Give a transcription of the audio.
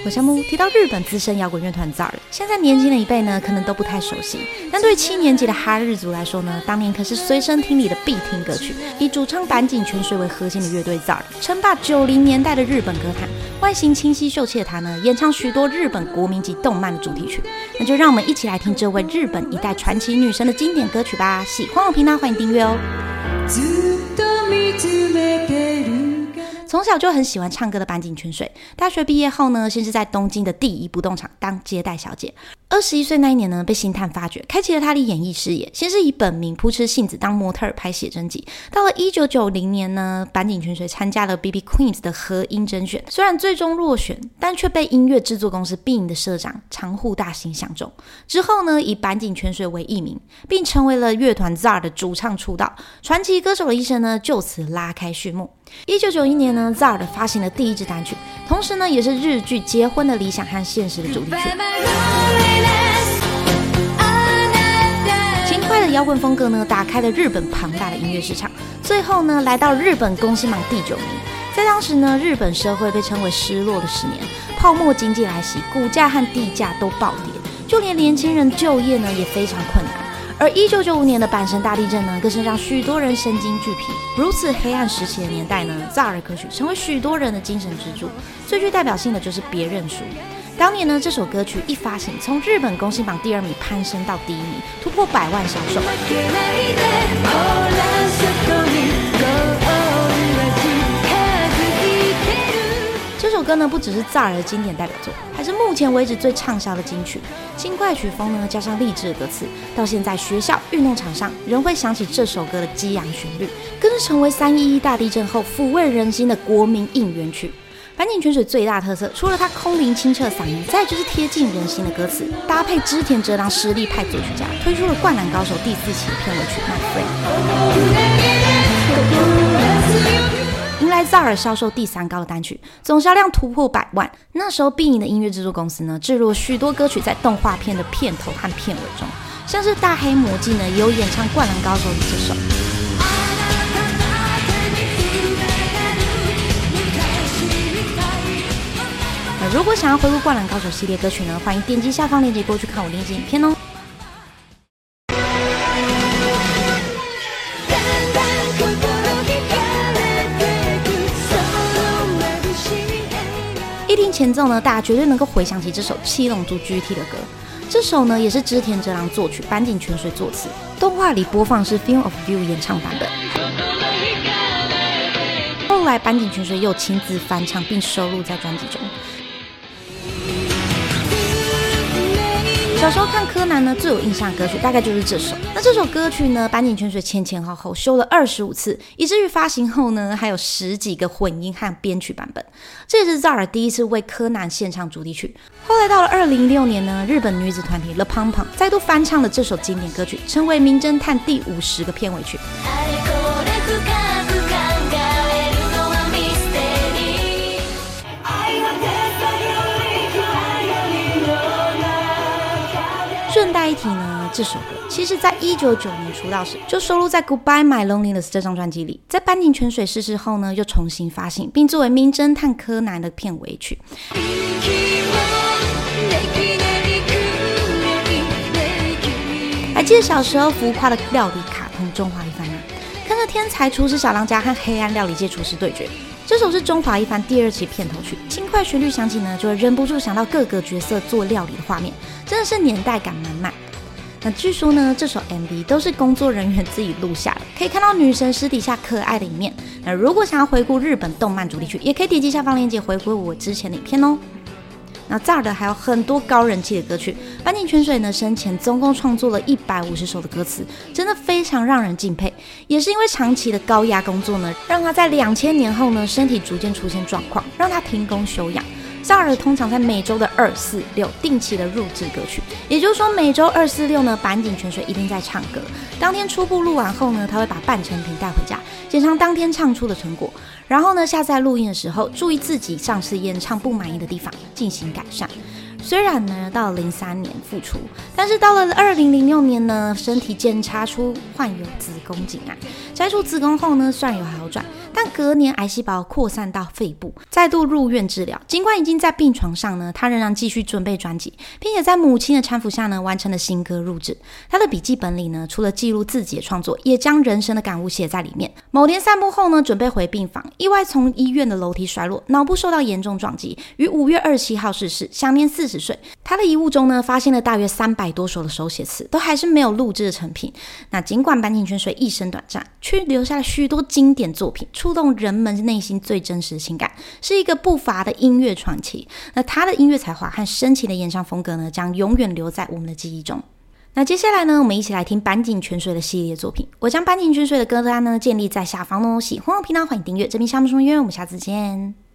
我夏木提到日本资深摇滚乐团 ZARD， 现在年轻的一辈呢可能都不太熟悉，但对7年级的哈日族来说呢，当年可是随身听里的必听歌曲。以主唱坂井泉水为核心的乐队 ZARD， 称霸90年代的日本歌坛，外形清晰秀气的他呢，演唱许多日本国民级动漫的主题曲。那就让我们一起来听这位日本一代传奇女神的经典歌曲吧。喜欢我频道，欢迎订阅哦。从小就很喜欢唱歌的坂井泉水，大学毕业后呢，先是在东京的第一不动产当接待小姐。21岁那一年呢，被星探发掘，开启了他的演艺事业。先是以本名扑哧杏子当模特儿拍写真集。到了1990年呢，坂井泉水参加了 BB Queens 的合音甄选，虽然最终落选，但却被音乐制作公司 Being 的社长长户大行相中。之后呢，以坂井泉水为艺名，并成为了乐团 ZARD 的主唱出道。传奇歌手的一生呢，就此拉开序幕。1991年呢 ，ZARD 发行了第一支单曲，同时呢，也是日剧《结婚的理想和现实》的主题曲。轻快的摇滚风格呢，打开了日本庞大的音乐市场。最后呢，来到日本公信榜第9名。在当时呢，日本社会被称为失落的10年，泡沫经济来袭，股价和地价都暴跌，就连年轻人就业呢也非常困难。而1995年的阪神大地震呢，更是让许多人身经俱疲。如此黑暗时期的年代呢，ZARD歌曲成为许多人的精神支柱。最具代表性的就是《别认输》。当年呢，这首歌曲一发行，从日本公信榜第2名攀升到第1名，突破100万销售。这首歌呢，不只是 ZARD 的经典代表作，还是目前为止最畅销的金曲。轻快曲风呢，加上励志的歌词，到现在学校、运动场上仍会想起这首歌的激昂旋律，更是成为311大地震后抚慰人心的国民应援曲。坂井泉水最大特色，除了他空灵清澈的嗓音，再就是贴近人心的歌词，搭配织田哲郎实力派作曲家，推出了《灌篮高手》第4期的片尾曲《My Friend》。迎来 ZARD 销售第3高的单曲，总销量突破100万。那时候必赢的音乐制作公司呢，置入了许多歌曲在动画片的片头和片尾中，像是大黑魔记呢，也有演唱《灌篮高手》的这首。如果想要回顾《灌篮高手》系列歌曲呢，欢迎点击下方链接过去看我链接影片哦。一听前奏呢，大家绝对能够回想起这首《七龙珠 GT》的歌。这首呢，也是织田哲郎作曲，坂井泉水作词。动画里播放是《Film of You》演唱版本。后来坂井泉水又亲自翻唱，并收录在专辑中。小时候看柯南呢，最有印象的歌曲大概就是这首。那这首歌曲呢，坂井泉水前后修了25次，以至于发行后呢，还有10几个混音和编曲版本。这也是 ZARD 第一次为柯南献唱主题曲。后来到了2016年呢，日本女子团体 The Pom Pom 再度翻唱了这首经典歌曲，成为《名侦探》第50个片尾曲。顺带一提呢，这首歌其实在1990年出道时就收录在 Goodbye My Loneliness 这张专辑里，在坂井泉水逝世后呢，又重新发行，并作为名侦探柯南的片尾曲。还记得小时候浮夸的料理卡通《中华一番》吗？看着天才厨师小当家和黑暗料理界厨师对决。这首是《中华一番》第2期片头曲，轻快旋律响起呢，就会忍不住想到各个角色做料理的画面，真的是年代感满满。那据说呢，这首 MV 都是工作人员自己录下的，可以看到女神私底下可爱的一面。那如果想要回顾日本动漫主题曲，也可以点击下方链接回顾我之前的影片哦。那 ZARD 还有很多高人气的歌曲，坂井泉水呢生前总共创作了150首的歌词，真的非常让人敬佩。也是因为长期的高压工作呢，让他在2000年后呢身体逐渐出现状况，让他停工休养。ZARD 通常在每周的2、4、6定期的录制歌曲，也就是说每周2、4、6呢，坂井泉水一定在唱歌。当天初步录完后呢，他会把半成品带回家，检查当天唱出的成果，然后呢，下次在录音的时候注意自己上次演唱不满意的地方，进行改善。 虽然呢到了03年复出，但是到了2006年呢，身体检查出患有子宫颈癌。摘除子宫后呢，虽然有好转，但隔年癌细胞扩散到肺部，再度入院治疗。尽管已经在病床上呢，他仍然继续准备专辑，并且在母亲的搀扶下呢，完成了新歌录制。他的笔记本里呢，除了记录自己的创作，也将人生的感悟写在里面。某天散步后呢，准备回病房，意外从医院的楼梯摔落，脑部受到严重撞击，于5月27号逝世，享年40岁。他的遗物中呢，发现了大约300多首的手写词，都还是没有录制的成品。那尽管坂井泉水一生短暂，却留下了许多经典作品，触动人们内心最真实的情感，是一个不乏的音乐传奇。那他的音乐才华和深情的演唱风格呢，将永远留在我们的记忆中。那接下来呢，我们一起来听坂井泉水的系列作品。我将坂井泉水的歌单呢建立在下方哦。喜欢我频道，欢迎订阅。这边项目中约，我们下次见。